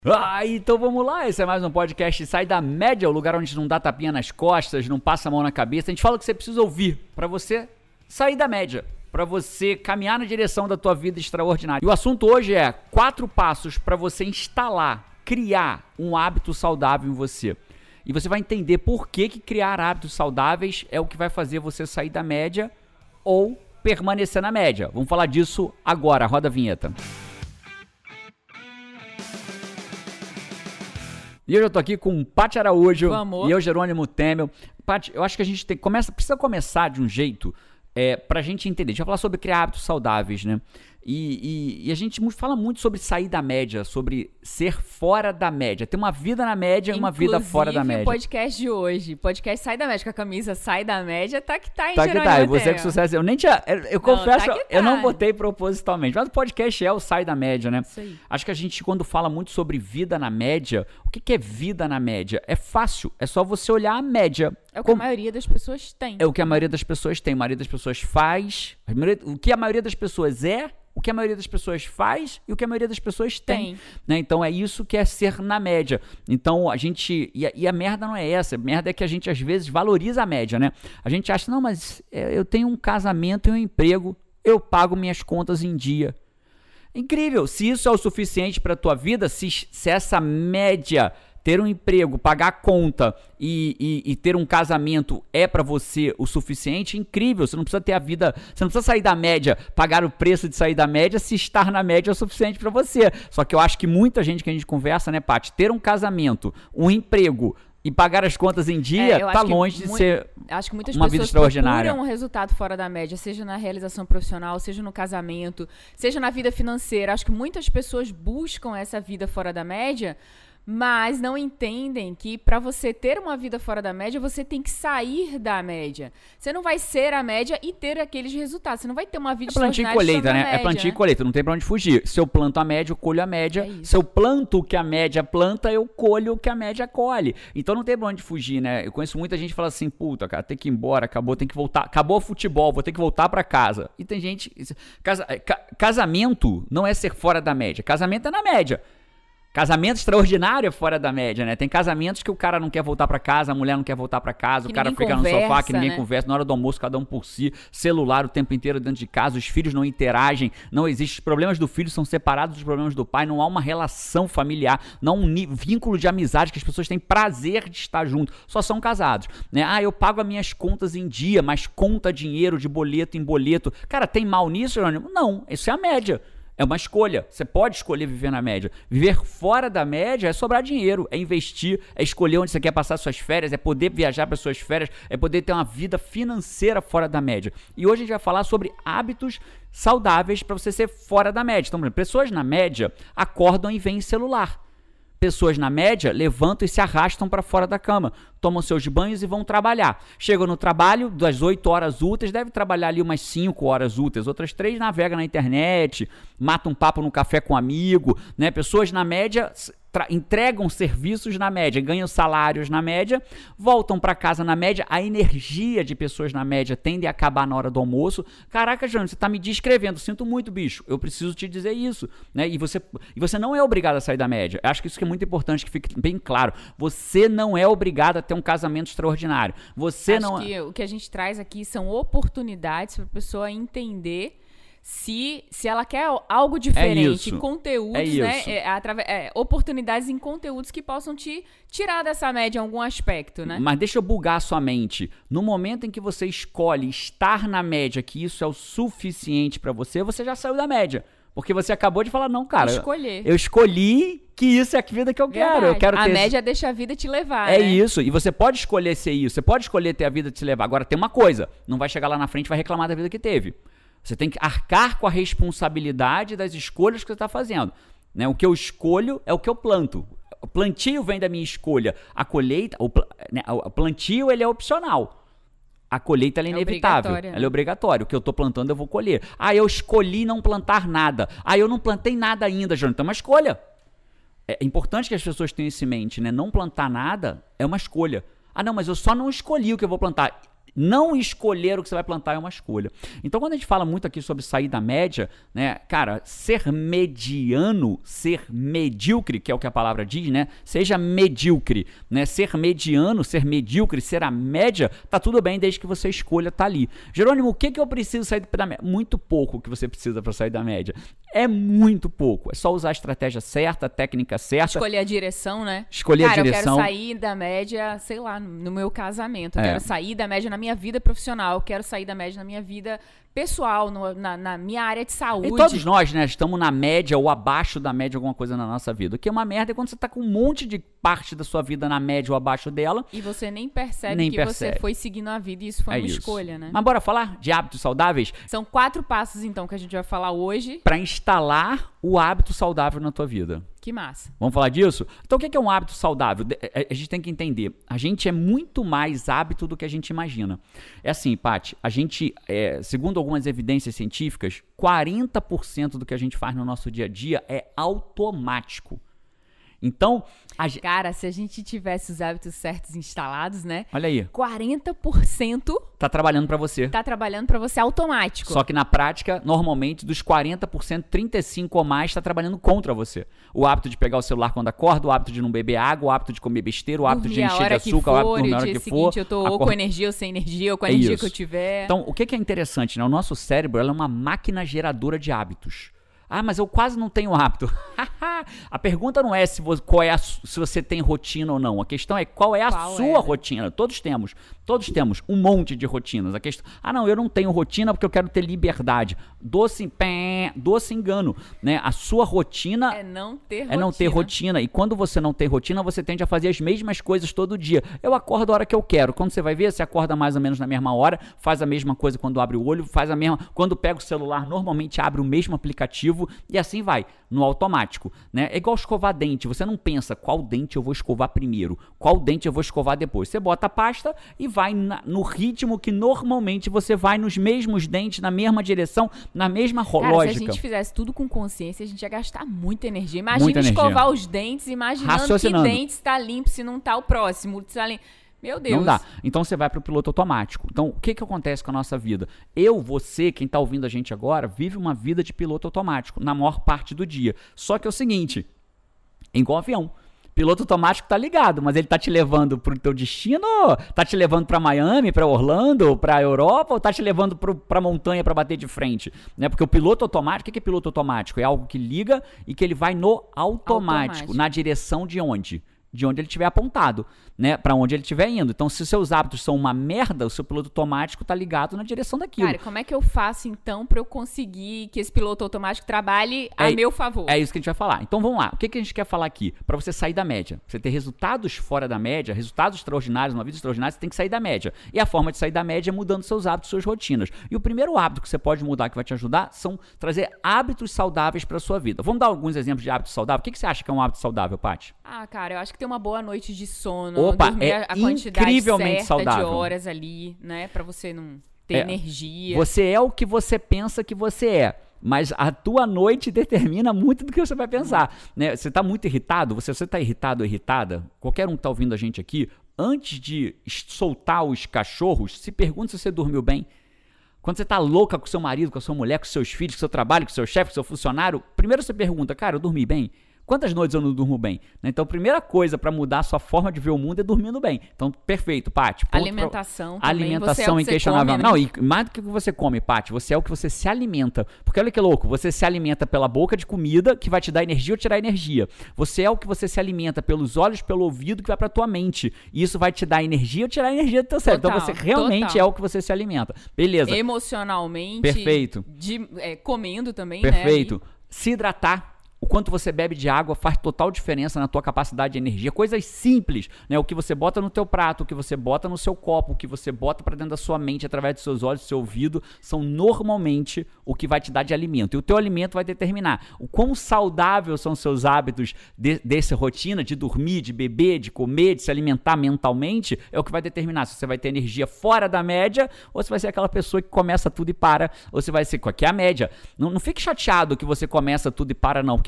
Então vamos lá, esse é mais um podcast Sai da Média, o lugar onde não dá tapinha nas costas, não passa a mão na cabeça. A gente fala o que você precisa ouvir pra você sair da média, pra você caminhar na direção da tua vida extraordinária. E o assunto hoje é 4 passos pra você instalar, criar um hábito saudável em você. E você vai entender por que criar hábitos saudáveis é o que vai fazer você sair da média ou permanecer na média. Vamos falar disso agora, roda a vinheta. E eu já tô aqui com Paty Araújo e eu, Jerônimo Temel. Paty, eu acho que a gente precisa começar de um jeito pra gente entender. A gente vai falar sobre criar hábitos saudáveis, né? E a gente fala muito sobre sair da média, sobre ser fora da média. Ter uma vida na média e uma vida fora da média. O podcast de hoje, podcast Sai da Média, com a camisa Sai da Média, tá que tá, hein, Tá que tá, e você com sucesso. Eu nem tinha, eu confesso, tá que tá. Eu não botei propositalmente, mas o podcast é o Sai da Média, né? Isso aí. Acho que a gente, quando fala muito sobre vida na média, o que é vida na média? É fácil, é só você olhar a média. É o que a maioria das pessoas tem. É o que a maioria das pessoas tem, a maioria das pessoas faz, o que a maioria das pessoas é, o que a maioria das pessoas faz e o que a maioria das pessoas tem. Né? Então é isso que é ser na média. Então a gente... E a merda não é essa. A merda é que a gente às vezes valoriza a média, né? A gente acha, não, mas eu tenho um casamento e um emprego, eu pago minhas contas em dia. Incrível! Se isso é o suficiente para a tua vida, se essa média... Ter um emprego, pagar a conta e ter um casamento é pra você o suficiente, incrível. Você não precisa ter a vida, você não precisa sair da média, pagar o preço de sair da média se estar na média é o suficiente pra você. Só que eu acho que muita gente que a gente conversa, né, Paty, ter um casamento, um emprego e pagar as contas em dia tá longe de ser acho que muitas uma vida pessoas extraordinária. procuram um resultado fora da média, seja na realização profissional, seja no casamento, seja na vida financeira. Acho que muitas pessoas buscam essa vida fora da média, mas não entendem que para você ter uma vida fora da média, você tem que sair da média. Você não vai ser a média e ter aqueles resultados. Você não vai ter uma vida extraordinária. É plantio e colheita, né? Média, É plantio e colheita, não tem pra onde fugir. Se eu planto a média, eu colho a média. Se eu planto o que a média planta, eu colho o que a média colhe. Então não tem pra onde fugir, né? Eu conheço muita gente que fala assim, puta, cara, tem que ir embora, acabou, tem que voltar. Acabou o futebol, vou ter que voltar pra casa. E tem gente... Casamento não é ser fora da média. Casamento é na média. Casamento extraordinário é fora da média, né? Tem casamentos que o cara não quer voltar pra casa, a mulher não quer voltar pra casa, o cara fica no sofá, que ninguém conversa, na hora do almoço cada um por si, celular o tempo inteiro dentro de casa, os filhos não interagem, não existe, os problemas do filho são separados dos problemas do pai, não há uma relação familiar, não há um vínculo de amizade que as pessoas têm prazer de estar junto, só são casados, né? Eu pago as minhas contas em dia, mas conta dinheiro de boleto em boleto. Cara, tem mal nisso, Jerônimo? Não, isso é a média. É uma escolha. Você pode escolher viver na média. Viver fora da média é sobrar dinheiro, é investir, é escolher onde você quer passar suas férias, é poder viajar para suas férias, é poder ter uma vida financeira fora da média. E hoje a gente vai falar sobre hábitos saudáveis para você ser fora da média. Então, por exemplo, pessoas na média acordam e veem celular. Pessoas na média levantam e se arrastam para fora da cama, tomam seus banhos e vão trabalhar. Chegam no trabalho, das 8 horas úteis, deve trabalhar ali umas 5 horas úteis, outras 3 navegam na internet, matam um papo no café com um amigo, né? Pessoas na média entregam serviços na média, ganham salários na média, voltam para casa na média, a energia de pessoas na média tende a acabar na hora do almoço. Caraca, Jânio, você tá me descrevendo, sinto muito, bicho, eu preciso te dizer isso, né? E você não é obrigado a sair da média. Eu acho que isso que é muito importante, que fique bem claro. Você não é obrigado a ter um casamento extraordinário. Acho que o que a gente traz aqui são oportunidades para a pessoa entender se ela quer algo diferente, conteúdos, né? Oportunidades em conteúdos que possam te tirar dessa média em algum aspecto, né? Mas deixa eu bugar a sua mente. No momento em que você escolhe estar na média, que isso é o suficiente pra você, você já saiu da média. Porque você acabou de falar, não, cara, eu escolhi que isso é a vida que eu quero. Eu quero ter média deixa a vida te levar, né? É isso. E você pode escolher ser isso. Você pode escolher ter a vida te levar. Agora, tem uma coisa. Não vai chegar lá na frente e vai reclamar da vida que teve. Você tem que arcar com a responsabilidade das escolhas que você está fazendo, né? O que eu escolho é o que eu planto. O plantio vem da minha escolha. A colheita, o plantio, ele é opcional. A colheita ela é inevitável, ela é obrigatória. O que eu estou plantando eu vou colher. Eu escolhi não plantar nada. Eu não plantei nada ainda, Jânio. Então é uma escolha. É importante que as pessoas tenham isso em mente, né? Não plantar nada é uma escolha. Não, mas eu só não escolhi o que eu vou plantar. Não escolher o que você vai plantar é uma escolha. Então, quando a gente fala muito aqui sobre sair da média, né, cara, ser mediano, ser medíocre, que é o que a palavra diz, né? Seja medíocre, né? Ser mediano, ser medíocre, ser a média, tá tudo bem desde que você escolha estar ali. Jerônimo, o que eu preciso sair da média? Muito pouco que você precisa para sair da média. É muito pouco. É só usar a estratégia certa, a técnica certa. Escolher a direção, né? Escolher a direção. Eu quero sair da média, sei lá, no meu casamento. Eu quero sair da média na minha vida profissional. Eu quero sair da média na minha vida pessoal, na minha área de saúde. E todos nós, né, estamos na média ou abaixo da média alguma coisa na nossa vida. O que é uma merda é quando você tá com um monte de parte da sua vida na média ou abaixo dela. E você nem percebe você foi seguindo a vida e isso foi uma escolha, né? Mas bora falar de hábitos saudáveis? São 4 passos, então, que a gente vai falar hoje. Para instalar o hábito saudável na tua vida. Que massa. Vamos falar disso? Então, o que é um hábito saudável? A gente tem que entender. A gente é muito mais hábito do que a gente imagina. É assim, Paty, a gente, segundo algumas evidências científicas, 40% do que a gente faz no nosso dia a dia é automático. Então, cara, se a gente tivesse os hábitos certos instalados, né? Olha aí. 40% tá trabalhando para você. Tá trabalhando para você automático. Só que na prática, normalmente, dos 40%, 35% ou mais tá trabalhando contra você. O hábito de pegar o celular quando acorda, o hábito de não beber água, o hábito de comer besteira, o hábito de encher de açúcar, o hábito de dormir a hora que for. Eu tô ou com energia ou sem energia, ou com a energia que eu tiver. Então, o que é interessante, né? O nosso cérebro, ela é uma máquina geradora de hábitos. Ah, mas eu quase não tenho hábito. A pergunta não é se você tem rotina ou não. A questão é qual é a sua rotina. Todos temos um monte de rotinas. A questão, não, eu não tenho rotina porque eu quero ter liberdade. Doce engano, né? A sua rotina é não ter rotina. E quando você não tem rotina, você tende a fazer as mesmas coisas todo dia. Eu acordo a hora que eu quero. Quando você vai ver, você acorda mais ou menos na mesma hora, faz a mesma coisa quando abre o olho, faz a mesma. Quando pega o celular, normalmente abre o mesmo aplicativo. E assim vai, no automático, né? É igual escovar dente, você não pensa qual dente eu vou escovar primeiro, qual dente eu vou escovar depois. Você bota a pasta e vai no ritmo que normalmente você vai nos mesmos dentes, na mesma direção, na mesma lógica. Se a gente fizesse tudo com consciência, a gente ia gastar muita energia. Imagina escovar os dentes, imaginando que dente está limpo, se não está o próximo, está limpo. Meu Deus. Não dá. Então você vai para o piloto automático. Então o que acontece com a nossa vida? Você, quem está ouvindo a gente agora, vive uma vida de piloto automático na maior parte do dia. Só que é o seguinte, igual avião. Piloto automático tá ligado, mas ele tá te levando pro teu destino, tá te levando para Miami, para Orlando, para Europa, ou tá te levando pra montanha para bater de frente, né? Porque o piloto automático, o que é piloto automático? É algo que liga e que ele vai no automático. Na direção de onde? De onde ele estiver apontado, né? Para onde ele estiver indo. Então, se seus hábitos são uma merda, o seu piloto automático tá ligado na direção daquilo. Cara, como é que eu faço, então, para eu conseguir que esse piloto automático trabalhe a meu favor? É isso que a gente vai falar. Então, vamos lá. O que a gente quer falar aqui? Para você sair da média. Pra você ter resultados fora da média, resultados extraordinários, uma vida extraordinária, você tem que sair da média. E a forma de sair da média é mudando seus hábitos, suas rotinas. E o primeiro hábito que você pode mudar, que vai te ajudar, são trazer hábitos saudáveis para sua vida. Vamos dar alguns exemplos de hábitos saudáveis? O que você acha que é um hábito saudável, Paty? Cara, eu acho que ter uma boa noite de sono, dormir a quantidade incrivelmente certa saudável. de horas ali, né, pra você não ter energia. Você é o que você pensa que você é, mas a tua noite determina muito do que você vai pensar, né? Você tá muito irritado, você tá irritado ou irritada, qualquer um que tá ouvindo a gente aqui, antes de soltar os cachorros, se pergunta se você dormiu bem. Quando você tá louca com seu marido, com a sua mulher, com seus filhos, com seu trabalho, com seu chefe, com seu funcionário, primeiro você pergunta, cara, eu dormi bem? Quantas noites eu não durmo bem? Então, a primeira coisa para mudar a sua forma de ver o mundo é dormindo bem. Então, perfeito, Paty. Alimentação também. Alimentação inquestionável. Não, e mais do que você come, Paty, você é o que você se alimenta. Porque olha que louco, você se alimenta pela boca de comida que vai te dar energia ou tirar energia. Você é o que você se alimenta pelos olhos, pelo ouvido que vai pra tua mente. E isso vai te dar energia ou tirar energia do teu cérebro. Então, você realmente é o que você se alimenta. Beleza. Emocionalmente. Perfeito. Comendo também, perfeito. Né? Se hidratar. O quanto você bebe de água faz total diferença na tua capacidade de energia. Coisas simples, né? O que você bota no teu prato, o que você bota no seu copo, o que você bota para dentro da sua mente através dos seus olhos, do seu ouvido, são normalmente o que vai te dar de alimento. E o teu alimento vai determinar o quão saudável são os seus hábitos dessa rotina de dormir, de beber, de comer, de se alimentar mentalmente, é o que vai determinar se você vai ter energia fora da média ou se vai ser aquela pessoa que começa tudo e para, ou se vai ser, que é a média. Não fique chateado que você começa tudo e para, não, porque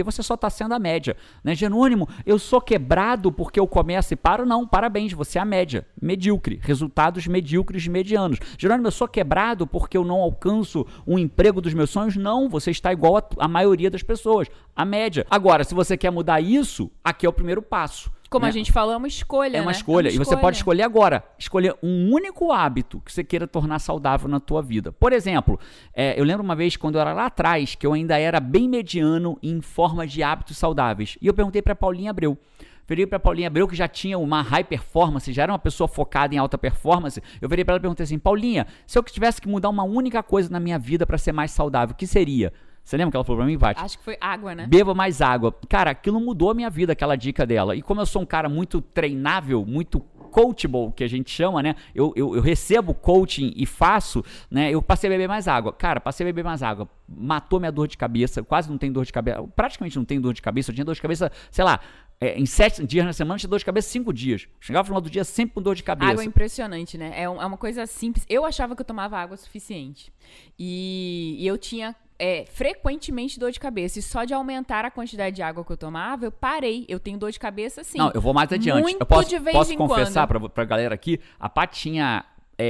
porque você só está sendo a média. Né? Jerônimo, eu sou quebrado porque eu começo e paro? Não, parabéns, você é a média. Medíocre. Resultados medíocres medianos. Jerônimo, eu sou quebrado porque eu não alcanço um emprego dos meus sonhos? Não, você está igual a maioria das pessoas. A média. Agora, se você quer mudar isso, aqui é o primeiro passo. Como a gente falou, é uma escolha, É uma escolha. E você pode escolher agora. Escolher um único hábito que você queira tornar saudável na tua vida. Por exemplo, eu lembro uma vez, quando eu era lá atrás, que eu ainda era bem mediano em forma de hábitos saudáveis. E eu perguntei para Paulinha Abreu. Virei para Paulinha Abreu, que já tinha uma high performance, já era uma pessoa focada em alta performance. Eu virei para ela e perguntei assim, Paulinha, se eu tivesse que mudar uma única coisa na minha vida para ser mais saudável, o que seria? Você lembra que ela falou pra mim, Vati? Acho que foi água, né? Beba mais água. Cara, aquilo mudou a minha vida, aquela dica dela. E como eu sou um cara muito treinável, muito coachable, que a gente chama, né? Eu recebo coaching e faço, né? Eu passei a beber mais água. Cara, passei a beber mais água. Matou minha dor de cabeça. Quase não tenho dor de cabeça. Praticamente não tenho dor de cabeça. Eu tinha dor de cabeça, sei lá, em 7 dias na semana, eu tinha dor de cabeça 5 dias. Chegava no final do dia sempre com dor de cabeça. Água é impressionante, né? É uma coisa simples. Eu achava que eu tomava água suficiente. E eu tinha frequentemente dor de cabeça. E só de aumentar a quantidade de água que eu tomava, eu parei. Eu tenho dor de cabeça, assim. Não, eu vou mais adiante. Muito eu posso de vez em confessar quando. pra galera aqui, a Paty tinha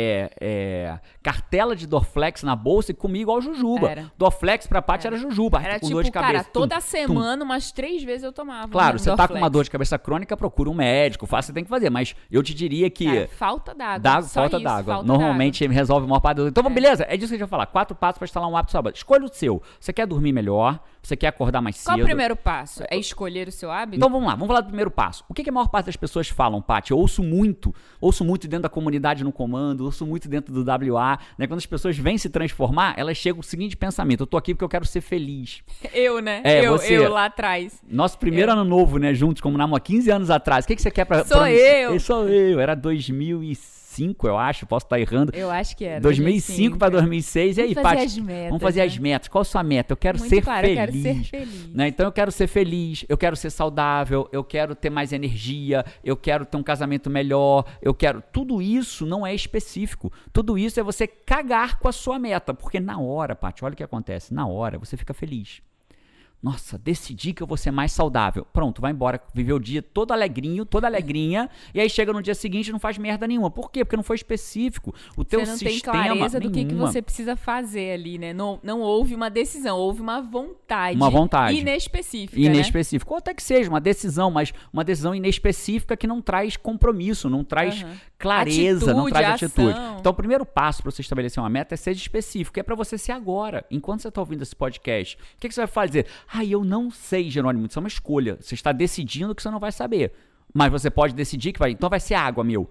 cartela de Dorflex na bolsa e comia igual Jujuba. Dorflex pra Paty era Jujuba. Era com tipo, dor de cabeça. cara, toda semana, umas 3 vezes eu tomava. Claro, você Dorflex. tá com uma dor de cabeça crônica, procura um médico, faça o que você tem que fazer. Mas eu te diria que... Cara, falta d'água. Falta d'água. Normalmente resolve a maior parte do... Então, beleza, é disso que a gente vai falar. 4 passos pra instalar um hábito saudável. Escolha o seu. Você quer dormir melhor? Você quer acordar mais cedo? Qual é o primeiro passo? É escolher o seu hábito? Então vamos lá, vamos falar do primeiro passo. O que a maior parte das pessoas falam, Paty? Eu ouço muito dentro da comunidade no comando, ouço muito dentro do WA, né? Quando as pessoas vêm se transformar, elas chegam com o seguinte pensamento: eu tô aqui porque eu quero ser feliz. Eu, né? Você. Eu lá atrás. Nosso primeiro ano novo, né? Juntos, como namoramos há 15 anos atrás. O que você quer pra... Sou eu. Era 2005, eu acho, posso estar errando. Eu acho que era. 2005 para 2006. E aí, Paty? Vamos fazer né? as metas. Qual a sua meta? Eu quero Muito ser claro, feliz. Eu quero ser feliz. Né? Então eu quero ser feliz, eu quero ser saudável, eu quero ter mais energia, eu quero ter um casamento melhor, eu quero... Tudo isso não é específico. Tudo isso é você cagar com a sua meta. Porque na hora, Paty, olha o que acontece. Na hora, você fica feliz. Nossa, decidi que eu vou ser mais saudável. Pronto, vai embora, viver o dia todo alegrinho, toda alegrinha, e aí chega no dia seguinte e não faz merda nenhuma. Por quê? Porque não foi específico. O teu sistema... Você não tem clareza do que você precisa fazer ali, né? Não houve uma decisão, houve uma vontade. Uma vontade. Inespecífica, Inespecífica. Ou até que seja uma decisão, mas uma decisão inespecífica que não traz compromisso, não traz clareza, não traz atitude. Então, o primeiro passo para você estabelecer uma meta é ser específico. É para você ser agora. Enquanto você está ouvindo esse podcast, o que você vai fazer? Eu não sei, Jerônimo, isso é uma escolha. Você está decidindo que você não vai saber. Mas você pode decidir que vai... Então vai ser água, meu.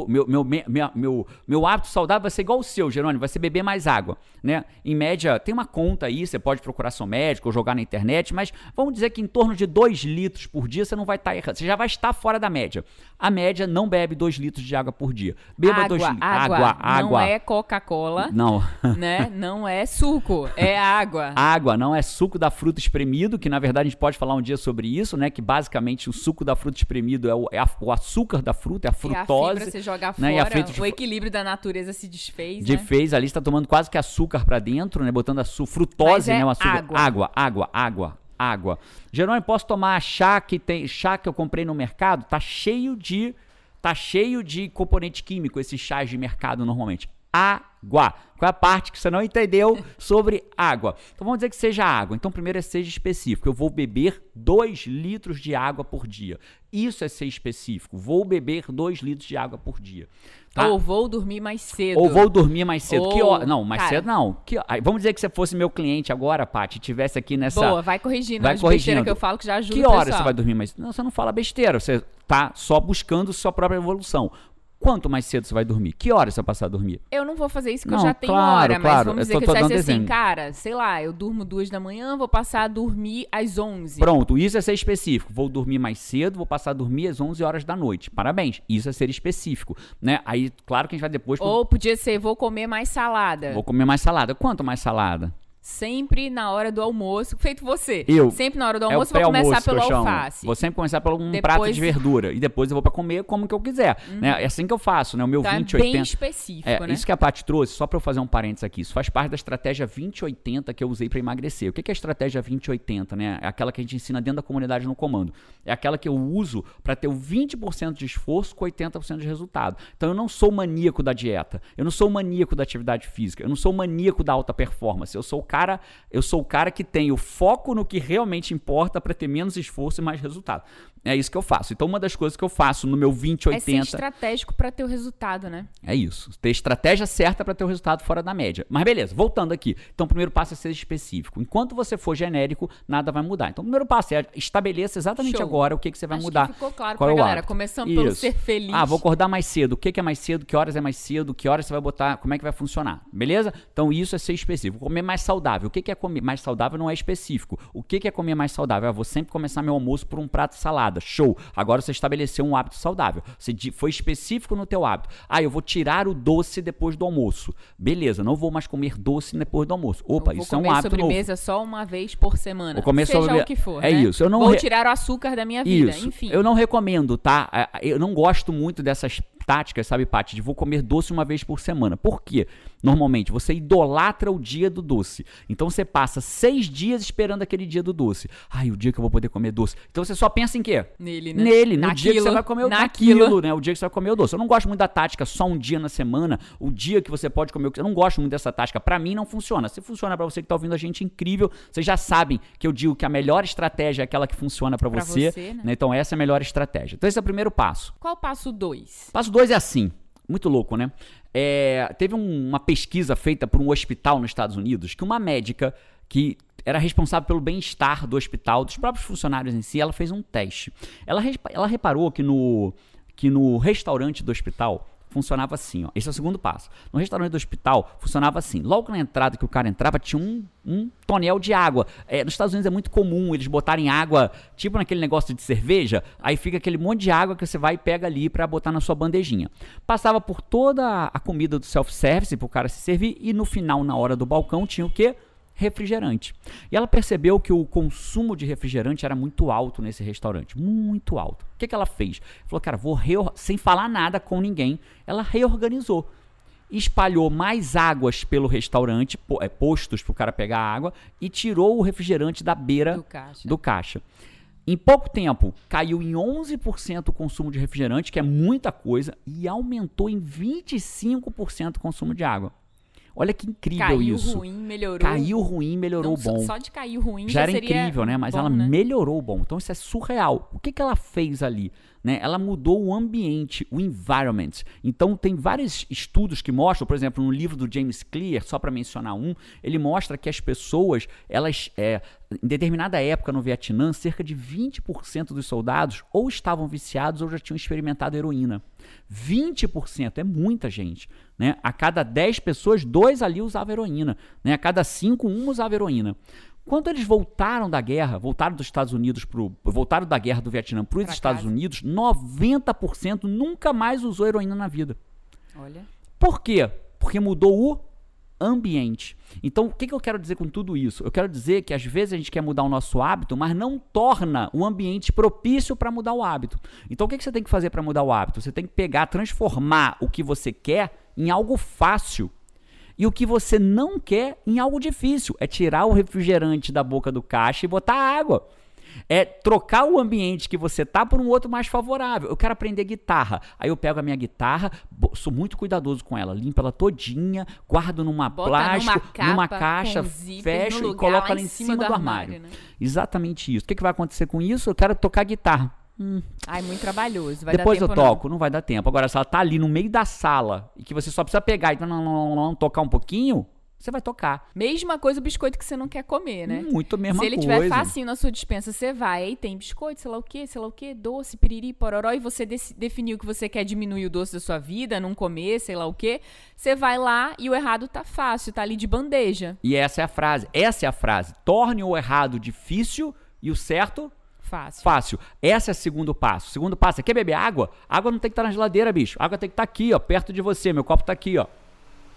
Meu hábito saudável vai ser igual o seu, Jerônimo. Vai ser beber mais água, né? Em média, tem uma conta aí, você pode procurar seu médico ou jogar na internet, mas vamos dizer que em torno de 2 litros por dia você não vai estar errado. Você já vai estar fora da média. A média não bebe 2 litros de água por dia. Beba 2 litros. Água. Não é Coca-Cola. Não. Né? Não é suco, é água. Água, não é suco da fruta espremido, que na verdade a gente pode falar um dia sobre isso, né? Que basicamente o suco da fruta espremido é o açúcar da fruta, é a frutose. E a fibra você joga né? fora, o equilíbrio da natureza se desfez, Desfez, ali você tá tomando quase que açúcar pra dentro, né? Botando frutose, né? O açúcar. Água. Jerônimo, posso tomar chá que eu comprei no mercado? Tá cheio de componente químico, esses chás de mercado normalmente. Água. Qual é a parte que você não entendeu sobre água? Então vamos dizer que seja água. Então primeiro seja específico. Eu vou beber 2 litros de água por dia. Isso é ser específico. Vou beber 2 litros de água por dia. Tá? Ou vou dormir mais cedo. Que hora? Não, mais cedo não. Vamos dizer que você fosse meu cliente agora, Paty, e tivesse aqui nessa... Boa, vai corrigindo as besteiras que eu falo que já ajuda o pessoal. Que hora pessoal. você vai dormir mais cedo? Não, você não fala besteira. Você tá só buscando sua própria evolução. Quanto mais cedo você vai dormir? Que hora você vai passar a dormir? Eu não vou fazer isso porque eu já tenho hora, mas vamos dizer que você vai ser assim, cara, sei lá, eu durmo 2 da manhã, vou passar a dormir às 11. Pronto, isso é ser específico. Vou dormir mais cedo, vou passar a dormir às 11 horas da noite. Parabéns, isso é ser específico, né? Aí, claro que a gente vai depois... Ou podia ser, vou comer mais salada. Vou comer mais salada. Quanto mais salada? sempre na hora do almoço, feito você. Sempre na hora do almoço vou começar pelo alface. Vou sempre começar por um prato de verdura. E depois eu vou pra comer como que eu quiser. Né? É assim que eu faço, né? O meu então 20-80. É bem específico, né? Isso que a Paty trouxe, só pra eu fazer um parênteses aqui. Isso faz parte da estratégia 20-80 que eu usei pra emagrecer. O que é a estratégia 20-80, né? É aquela que a gente ensina dentro da comunidade no comando. É aquela que eu uso pra ter o 20% de esforço com 80% de resultado. Então eu não sou maníaco da dieta. Eu não sou maníaco da atividade física. Eu não sou maníaco da alta performance. Eu sou o cara que tem o foco no que realmente importa para ter menos esforço e mais resultado. É isso que eu faço. Então, uma das coisas que eu faço no meu 20-80... É ser estratégico para ter o resultado, né? É isso. Ter estratégia certa para ter o resultado fora da média. Mas beleza, voltando aqui. Então, o primeiro passo é ser específico. Enquanto você for genérico, nada vai mudar. Então, o primeiro passo é estabeleça exatamente agora o que você vai mudar. Que ficou claro pra galera. Começando pelo ser feliz. Vou acordar mais cedo. O que é mais cedo? Que horas é mais cedo? Que horas você vai botar? Como é que vai funcionar? Beleza? Então, isso é ser específico. Comer mais saudável. O que é comer mais saudável? Não é específico. O que é comer mais saudável? Eu vou sempre começar meu almoço por um prato de salada. Show! Agora você estabeleceu um hábito saudável. Você foi específico no teu hábito. Eu vou tirar o doce depois do almoço. Beleza, não vou mais comer doce depois do almoço. Opa, isso é um hábito novo. Vou comer sobremesa só uma vez por semana. Vou comer seja o que for, né? Isso. Vou tirar o açúcar da minha vida, enfim. Eu não recomendo, tá? Eu não gosto muito dessas táticas, sabe, Paty, de vou comer doce uma vez por semana. Por quê? Normalmente, você idolatra o dia do doce. Então, você passa 6 dias esperando aquele dia do doce. O dia que eu vou poder comer doce. Então, você só pensa em quê? Nele, né? No dia que você vai comer naquilo, né? O dia que você vai comer o doce. Eu não gosto muito da tática só um dia na semana, o dia que você pode comer o que... Eu não gosto muito dessa tática. Pra mim, não funciona. Se funciona pra você que tá ouvindo a gente, incrível. Vocês já sabem que eu digo que a melhor estratégia é aquela que funciona pra você, né? Então, essa é a melhor estratégia. Então, esse é o primeiro passo. Qual o passo 2? Passo 2 é assim. Muito louco, né? Teve uma pesquisa feita por um hospital nos Estados Unidos que uma médica que era responsável pelo bem-estar do hospital, dos próprios funcionários em si, ela fez um teste. Ela reparou que no restaurante do hospital funcionava assim, ó. Esse é o segundo passo. No restaurante do hospital funcionava assim. Logo na entrada que o cara entrava, tinha um tonel de água. Nos Estados Unidos é muito comum eles botarem água, tipo naquele negócio de cerveja, aí fica aquele monte de água que você vai e pega ali pra botar na sua bandejinha. Passava por toda a comida do self-service pro cara se servir e no final, na hora do balcão, tinha o quê? Refrigerante. E ela percebeu que o consumo de refrigerante era muito alto nesse restaurante, muito alto. O que ela fez? Falou, cara, sem falar nada com ninguém, ela reorganizou. Espalhou mais águas pelo restaurante, postos para o cara pegar água, e tirou o refrigerante da beira do caixa. Em pouco tempo, caiu em 11% o consumo de refrigerante, que é muita coisa, e aumentou em 25% o consumo de água. Olha que incrível isso. Caiu ruim, melhorou o bom. Só de cair ruim já era incrível, né? Mas ela melhorou o bom. Então isso é surreal. O que ela fez ali? Né? Ela mudou o ambiente, o environment. Então tem vários estudos que mostram, por exemplo, no livro do James Clear, só para mencionar um, ele mostra que as pessoas, em determinada época no Vietnã, cerca de 20% dos soldados ou estavam viciados ou já tinham experimentado heroína. 20% é muita gente. Né? A cada 10 pessoas, 2 ali usavam heroína. Né? A cada 5, 1 usava heroína. Quando eles voltaram da guerra, voltaram da guerra do Vietnã para os Estados Unidos, 90% nunca mais usou heroína na vida. Olha. Por quê? Porque mudou o ambiente. Então, o que eu quero dizer com tudo isso? Eu quero dizer que às vezes a gente quer mudar o nosso hábito, mas não torna o ambiente propício para mudar o hábito. Então, o que você tem que fazer para mudar o hábito? Você tem que transformar o que você quer em algo fácil. E o que você não quer em algo difícil. É tirar o refrigerante da boca do caixa e botar água. É trocar o ambiente que você tá por um outro mais favorável. Eu quero aprender guitarra. Aí eu pego a minha guitarra, sou muito cuidadoso com ela. Limpo ela todinha, guardo numa plástico, numa caixa, fecho e coloco ela em cima do armário. Né? Exatamente isso. O que vai acontecer com isso? Eu quero tocar guitarra. Ai, muito trabalhoso. Depois eu toco, não vai dar tempo. Agora, se ela tá ali no meio da sala e que você só precisa pegar e tocar um pouquinho, você vai tocar. Mesma coisa o biscoito que você não quer comer, né? Muito mesma coisa. Se ele tiver facinho na sua despensa, você vai, aí tem biscoito, sei lá o quê, doce, piriri, pororó, e você definiu que você quer diminuir o doce da sua vida, não comer, sei lá o quê, você vai lá e o errado tá fácil, tá ali de bandeja. E essa é a frase. Torne o errado difícil e o certo... Fácil. Esse é o segundo passo. O segundo passo é, quer beber água? Água não tem que estar na geladeira, bicho. A água tem que estar aqui, ó, perto de você. Meu copo tá aqui, ó.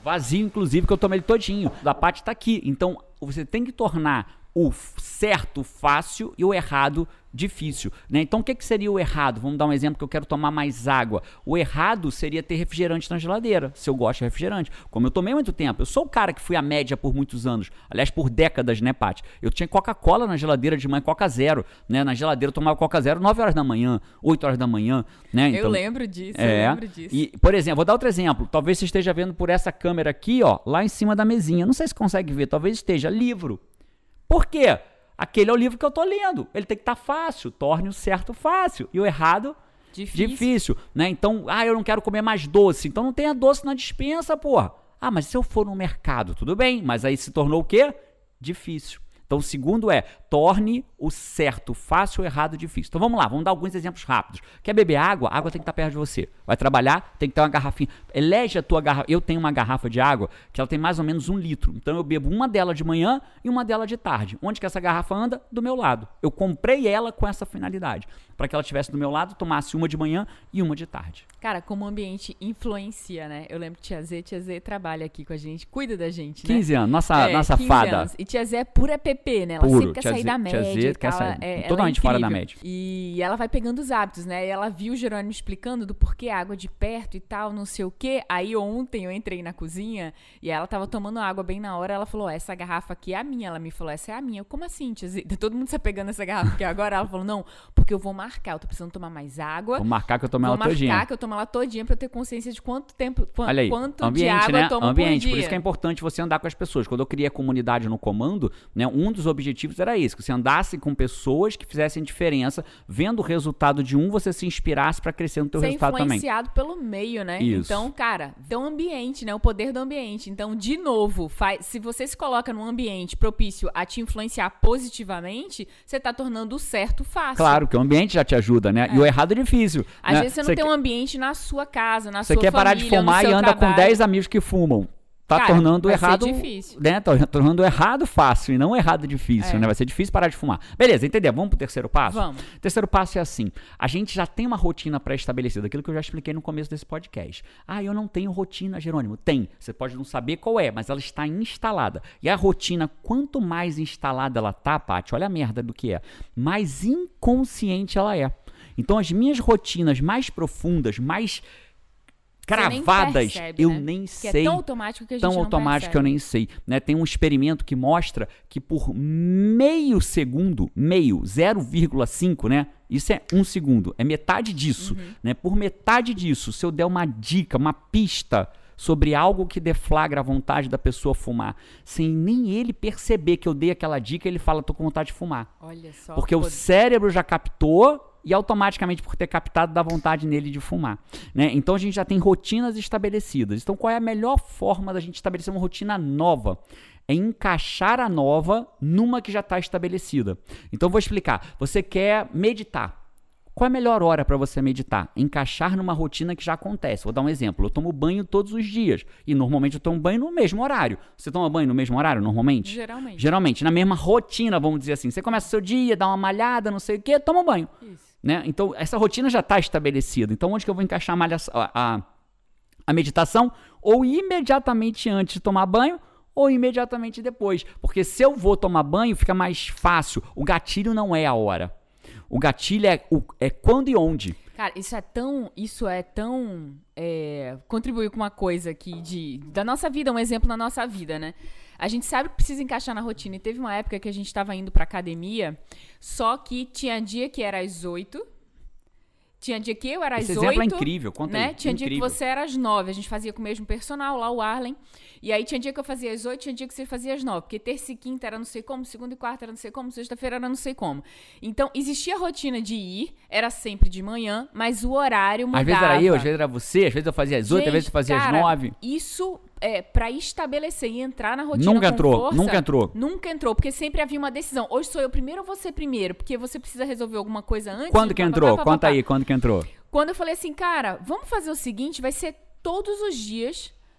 Vazio, inclusive, que eu tomei ele todinho. Da Paty tá aqui. Então, você tem que tornar o certo fácil e o errado difícil, né? Então o que seria o errado? Vamos dar um exemplo que eu quero tomar mais água. O errado seria ter refrigerante na geladeira, se eu gosto de refrigerante. Como eu tomei muito tempo, eu sou o cara que fui à média por muitos anos, aliás por décadas, né, Paty? Eu tinha Coca-Cola na geladeira de manhã, Coca Zero, né? Na geladeira eu tomava Coca Zero 9 horas da manhã, 8 horas da manhã, né? Então, eu lembro disso. E, por exemplo, vou dar outro exemplo, talvez você esteja vendo por essa câmera aqui, ó, lá em cima da mesinha, não sei se consegue ver, talvez esteja livro. Por quê? Aquele é o livro que eu tô lendo. Ele tem que estar fácil. Torne o certo fácil. E o errado, difícil. Né? Então, eu não quero comer mais doce. Então não tenha doce na despensa, porra. Mas se eu for no mercado, tudo bem. Mas aí se tornou o quê? Difícil. Então, o segundo é, torne o certo fácil, o errado difícil. Então, vamos lá, vamos dar alguns exemplos rápidos. Quer beber água? A água tem que estar perto de você. Vai trabalhar, tem que ter uma garrafinha. Elege a tua garrafa. Eu tenho uma garrafa de água que ela tem mais ou menos 1 litro. Então, eu bebo uma dela de manhã e uma dela de tarde. Onde que essa garrafa anda? Do meu lado. Eu comprei ela com essa finalidade. Para que ela estivesse do meu lado, tomasse uma de manhã e uma de tarde. Cara, como o ambiente influencia, né? Eu lembro que Tia Z trabalha aqui com a gente, cuida da gente, 15 anos, nossa 15 fada. Anos. E Tia Z é pura PP, né? Ela sempre quer sair da média. Tia Z quer sair totalmente fora da média. E ela vai pegando os hábitos, né? E ela viu o Jerônimo explicando do porquê água de perto e tal, não sei o quê. Aí ontem eu entrei na cozinha e ela tava tomando água bem na hora. Ela falou, essa garrafa aqui é a minha. Ela me falou, essa é a minha. Eu, como assim, Tia Z? Todo mundo tá pegando essa garrafa aqui agora. Ela falou, não, porque eu vou marcar. Eu tô precisando tomar mais água. Vou marcar que eu tomo ela todinha. Vou marcar que eu tomo ela todinha pra eu ter consciência de quanto tempo, Olha aí, quanto ambiente, de água né? eu tomo Ambiente, por dia. Por isso que é importante você andar com as pessoas. Quando eu criei a comunidade no comando, né, um dos objetivos era esse, que você andasse com pessoas que fizessem diferença, vendo o resultado de um, você se inspirasse pra crescer no teu resultado também. Ser influenciado pelo meio, né? Isso. Então, cara, o ambiente, né? O poder do ambiente. Então, de novo, se você se coloca num ambiente propício a te influenciar positivamente, você tá tornando o certo fácil. Claro, que o ambiente já te ajuda, né? E o errado é difícil. Às vezes você não tem um ambiente na sua casa, na sua família, você quer parar de fumar e anda com 10 amigos que fumam. Tá tornando o errado, né? Tá tornando o errado fácil e não o errado difícil, né? Vai ser difícil parar de fumar. Beleza, entendeu? Vamos pro terceiro passo? Vamos. Terceiro passo é assim, a gente já tem uma rotina pré-estabelecida, aquilo que eu já expliquei no começo desse podcast. Eu não tenho rotina, Jerônimo. Tem. Você pode não saber qual é, mas ela está instalada. E a rotina, quanto mais instalada ela tá, Paty, olha a merda do que é, mais inconsciente ela é. Então, as minhas rotinas mais profundas, mais cravadas, percebe, eu né? nem que sei. É tão automático que a gente não percebe. Que eu nem sei. Né? Tem um experimento que mostra que por meio segundo, 0,5, né? Isso é 1 segundo. É metade disso. Né? Por metade disso, se eu der uma dica, uma pista sobre algo que deflagra a vontade da pessoa fumar, sem nem ele perceber que eu dei aquela dica, ele fala, tô com vontade de fumar. Olha só. Porque o cérebro já captou e automaticamente por ter captado dá vontade nele de fumar, né? Então a gente já tem rotinas estabelecidas. Então qual é a melhor forma da gente estabelecer uma rotina nova? É encaixar a nova numa que já está estabelecida. Então eu vou explicar. Você quer meditar. Qual é a melhor hora para você meditar? Encaixar numa rotina que já acontece. Vou dar um exemplo. Eu tomo banho todos os dias. E normalmente eu tomo banho no mesmo horário. Você toma banho no mesmo horário, normalmente? Geralmente. Geralmente, na mesma rotina, vamos dizer assim. Você começa o seu dia, dá uma malhada, não sei o quê, toma um banho. Isso. Né? Então, essa rotina já está estabelecida. Então, onde que eu vou encaixar a meditação? Ou imediatamente antes de tomar banho, ou imediatamente depois. Porque se eu vou tomar banho, fica mais fácil. O gatilho não é a hora. O gatilho é quando e onde. Cara, isso é tão contribuir com uma coisa aqui da nossa vida, um exemplo na nossa vida, né? A gente sabe que precisa encaixar na rotina. E teve uma época que a gente estava indo pra academia, só que tinha dia que era às 8, tinha dia que eu era às 8. Esse exemplo é incrível, conta aí. Tinha dia que você era às 9. A gente fazia com o mesmo personal lá, o Arlen. E aí tinha dia que eu fazia às 8, tinha dia que você fazia às 9. Porque terça e quinta era não sei como, segunda e quarta era não sei como, sexta-feira era não sei como. Então, existia a rotina de ir, era sempre de manhã, mas o horário mudava. Às vezes era eu, às vezes era você, às vezes eu fazia às 8, às vezes eu fazia às 9. Isso pra estabelecer e entrar na rotina nunca com entrou, força. Nunca entrou, porque sempre havia uma decisão. Hoje sou eu primeiro ou você primeiro? Porque você precisa resolver alguma coisa antes. Quando que entrou? Conta aí, quando que entrou? Quando eu falei assim, cara, vamos fazer o seguinte, vai ser todos os dias,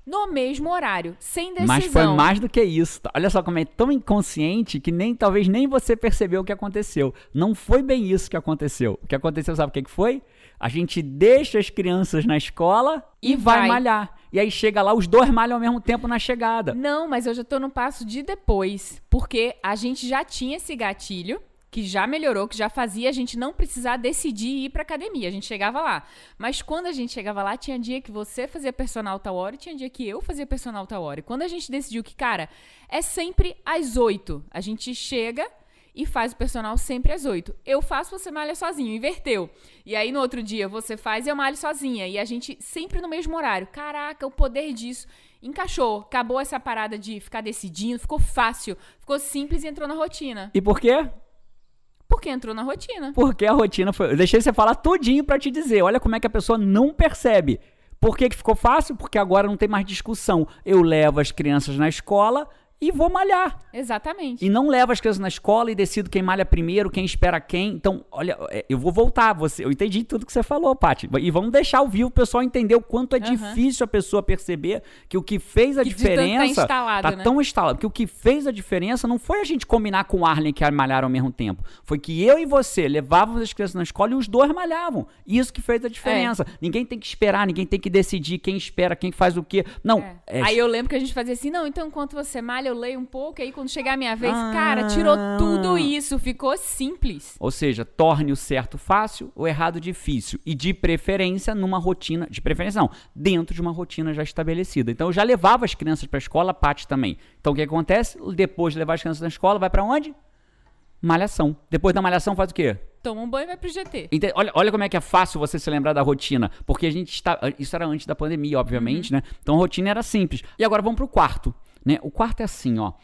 no mesmo horário, sem decisão. Mas foi mais do que isso. Olha só como é tão inconsciente que talvez nem você percebeu o que aconteceu. Não foi bem isso que aconteceu. O que aconteceu, sabe o que foi? A gente deixa as crianças na escola e vai malhar. E aí chega lá, os dois malham ao mesmo tempo na chegada. Não, mas eu já tô no passo de depois. Porque a gente já tinha esse gatilho, que já melhorou, que já fazia a gente não precisar decidir ir pra academia. A gente chegava lá. Mas quando a gente chegava lá, tinha dia que você fazia personal tal hora e tinha dia que eu fazia personal tal hora. E quando a gente decidiu que, cara, é sempre às 8. A gente chega e faz o personal sempre às 8. Eu faço, você malha sozinho. Inverteu. E aí, no outro dia, você faz e eu malho sozinha. E a gente sempre no mesmo horário. Caraca, o poder disso. Encaixou. Acabou essa parada de ficar decidindo. Ficou fácil. Ficou simples e entrou na rotina. E por quê? Porque entrou na rotina. Porque a rotina foi... Eu deixei você falar tudinho pra te dizer. Olha como é que a pessoa não percebe. Por que ficou fácil? Porque agora não tem mais discussão. Eu levo as crianças na escola e vou malhar. Exatamente. E não levo as crianças na escola e decido quem malha primeiro, quem espera quem. Então, olha, eu vou voltar. Eu entendi tudo que você falou, Paty. E vamos deixar ao vivo o pessoal entender o quanto é difícil a pessoa perceber que o que fez a diferença tá tão instalado. Porque o que fez a diferença não foi a gente combinar com o Arlen que malharam ao mesmo tempo. Foi que eu e você levávamos as crianças na escola e os dois malhavam. Isso que fez a diferença. Ninguém tem que esperar, ninguém tem que decidir quem espera, quem faz o quê. Não. Aí eu lembro que a gente fazia assim, não, então enquanto você malha, eu leio um pouco, aí quando chegar a minha vez, cara, tirou tudo isso, ficou simples. Ou seja, torne o certo fácil, o errado difícil. E de preferência numa rotina, de preferência não, dentro de uma rotina já estabelecida. Então eu já levava as crianças para a escola, a Paty também. Então o que acontece? Depois de levar as crianças na escola, vai para onde? Malhação. Depois da malhação faz o quê? Toma um banho e vai pro GT. Olha como é que é fácil você se lembrar da rotina. Porque a gente está... Isso era antes da pandemia, obviamente, né? Então a rotina era simples. E agora vamos pro quarto, né? O quarto é assim, ó.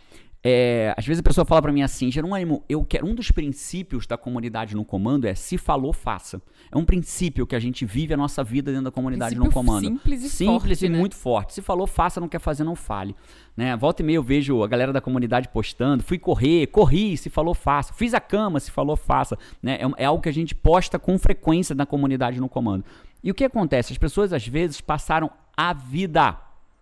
Às vezes a pessoa fala pra mim assim, Jerônimo, eu quero... Um dos princípios da comunidade no comando é se falou, faça. É um princípio que a gente vive a nossa vida dentro da comunidade no comando. Simples e forte, muito forte. Se falou, faça, não quer fazer, não fale. Né? Volta e meia eu vejo a galera da comunidade postando, fui corri, se falou, faça. Fiz a cama, se falou, faça. Né? É algo que a gente posta com frequência na comunidade no comando. E o que acontece? As pessoas às vezes passaram a vida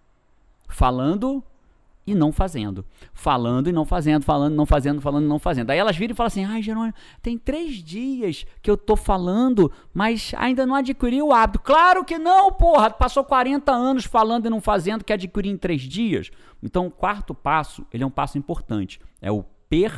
falando e não fazendo. Falando e não fazendo, falando e não fazendo, falando e não fazendo. Aí elas viram e falam assim, ai, Jerônimo, tem 3 dias que eu tô falando, mas ainda não adquiri o hábito. Claro que não, porra! Passou 40 anos falando e não fazendo, quer adquirir em 3 dias? Então, o quarto passo, ele é um passo importante. É o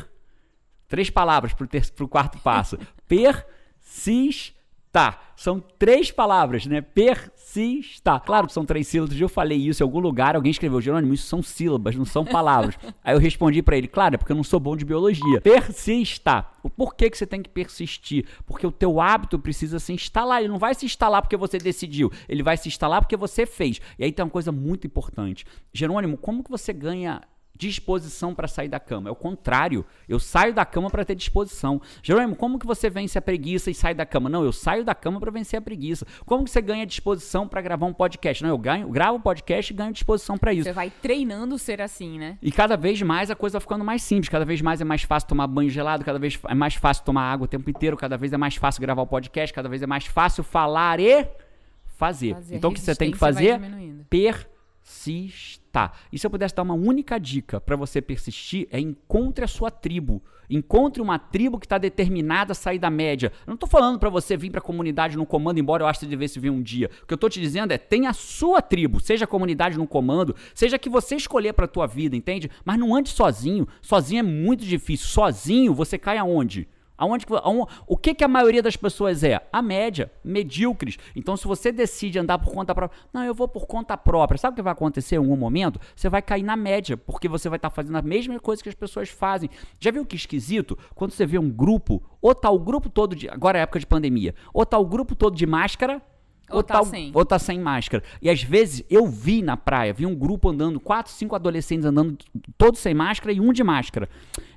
3 palavras pro quarto passo. Persistar. São 3 palavras, né? Persistar. Claro que são 3 sílabas. Eu falei isso em algum lugar, alguém escreveu, Jerônimo, isso são sílabas, não são palavras. Aí eu respondi pra ele, claro, é porque eu não sou bom de biologia. Persistar. O porquê que você tem que persistir? Porque o teu hábito precisa se instalar. Ele não vai se instalar porque você decidiu. Ele vai se instalar porque você fez. E aí tem uma coisa muito importante. Jerônimo, como que você ganha disposição para sair da cama? É o contrário. Eu saio da cama para ter disposição. Jerônimo, como que você vence a preguiça e sai da cama? Não, eu saio da cama para vencer a preguiça. Como que você ganha disposição para gravar um podcast? Não, eu gravo um podcast e ganho disposição para isso. Você vai treinando ser assim, né? E cada vez mais a coisa vai ficando mais simples. Cada vez mais é mais fácil tomar banho gelado, cada vez é mais fácil tomar água o tempo inteiro, cada vez é mais fácil gravar o podcast, cada vez é mais fácil falar e fazer. Então o que você tem que fazer? Persistir. E se eu pudesse dar uma única dica para você persistir, encontre a sua tribo. Encontre uma tribo que está determinada a sair da média. Eu não estou falando para você vir para a comunidade no comando, embora eu acho que você devesse vir um dia. O que eu estou te dizendo é, tenha a sua tribo, seja a comunidade no comando, seja que você escolher para a tua vida, entende? Mas não ande sozinho. Sozinho é muito difícil. Sozinho você cai aonde? O que a maioria das pessoas é? A média, medíocres. Então, se você decide andar por conta própria, não, eu vou por conta própria, sabe o que vai acontecer em algum momento? Você vai cair na média, porque você vai estar fazendo a mesma coisa que as pessoas fazem. Já viu que esquisito? Quando você vê um grupo, ou tá o grupo todo agora é época de pandemia, ou tá o grupo todo de máscara, ou tá sem máscara. E às vezes eu vi na praia, vi um grupo andando, 4, 5 adolescentes andando todos sem máscara e um de máscara.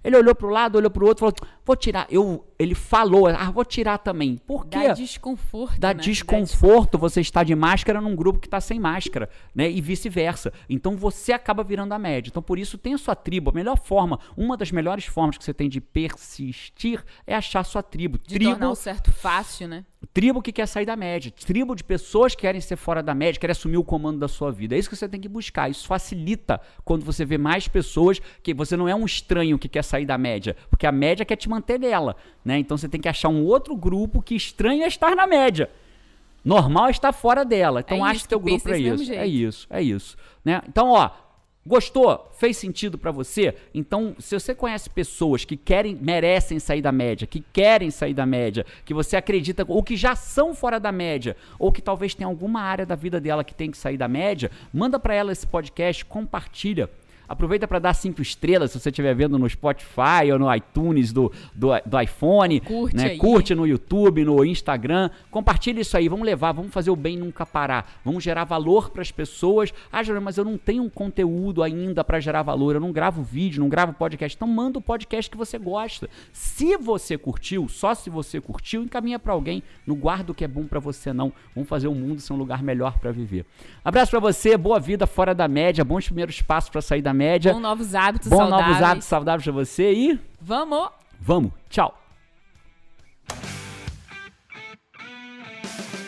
Ele olhou pro lado, olhou pro outro, falou, vou tirar. Ele falou, vou tirar também. Por quê? Dá desconforto, Dá desconforto você estar de máscara num grupo que está sem máscara, né? E vice-versa. Então você acaba virando a média. Então por isso tem a sua tribo. A melhor forma, uma das melhores formas que você tem de persistir é achar a sua tribo. De tornar o certo fácil, né? Tribo que quer sair da média. Tribo de pessoas que querem ser fora da média, querem assumir o comando da sua vida. É isso que você tem que buscar. Isso facilita quando você vê mais pessoas que você não é um estranho que quer sair da média, porque a média quer te manter nela, né? Então você tem que achar um outro grupo que estranha estar na média. Normal é estar fora dela. Então acha teu grupo para isso. É isso, né? Então, ó, gostou? Fez sentido pra você? Então, se você conhece pessoas que merecem sair da média, que querem sair da média, que você acredita, ou que já são fora da média, ou que talvez tenha alguma área da vida dela que tem que sair da média, manda pra ela esse podcast, compartilha. Aproveita para dar 5 estrelas se você estiver vendo no Spotify ou no iTunes do iPhone. Curte, né? Curte no YouTube, no Instagram. Compartilha isso aí. Vamos levar, vamos fazer o bem nunca parar. Vamos gerar valor para as pessoas. Jerônimo, mas eu não tenho um conteúdo ainda para gerar valor. Eu não gravo vídeo, não gravo podcast. Então manda o podcast que você gosta. Se você curtiu, só se você curtiu, encaminha para alguém. Não guarda o que é bom para você, não. Vamos fazer o mundo ser um lugar melhor para viver. Abraço para você. Boa vida fora da média. Bons primeiros passos para sair da média. Bom novos hábitos saudáveis. Bom novos hábitos saudáveis pra você e... Vamos! Tchau!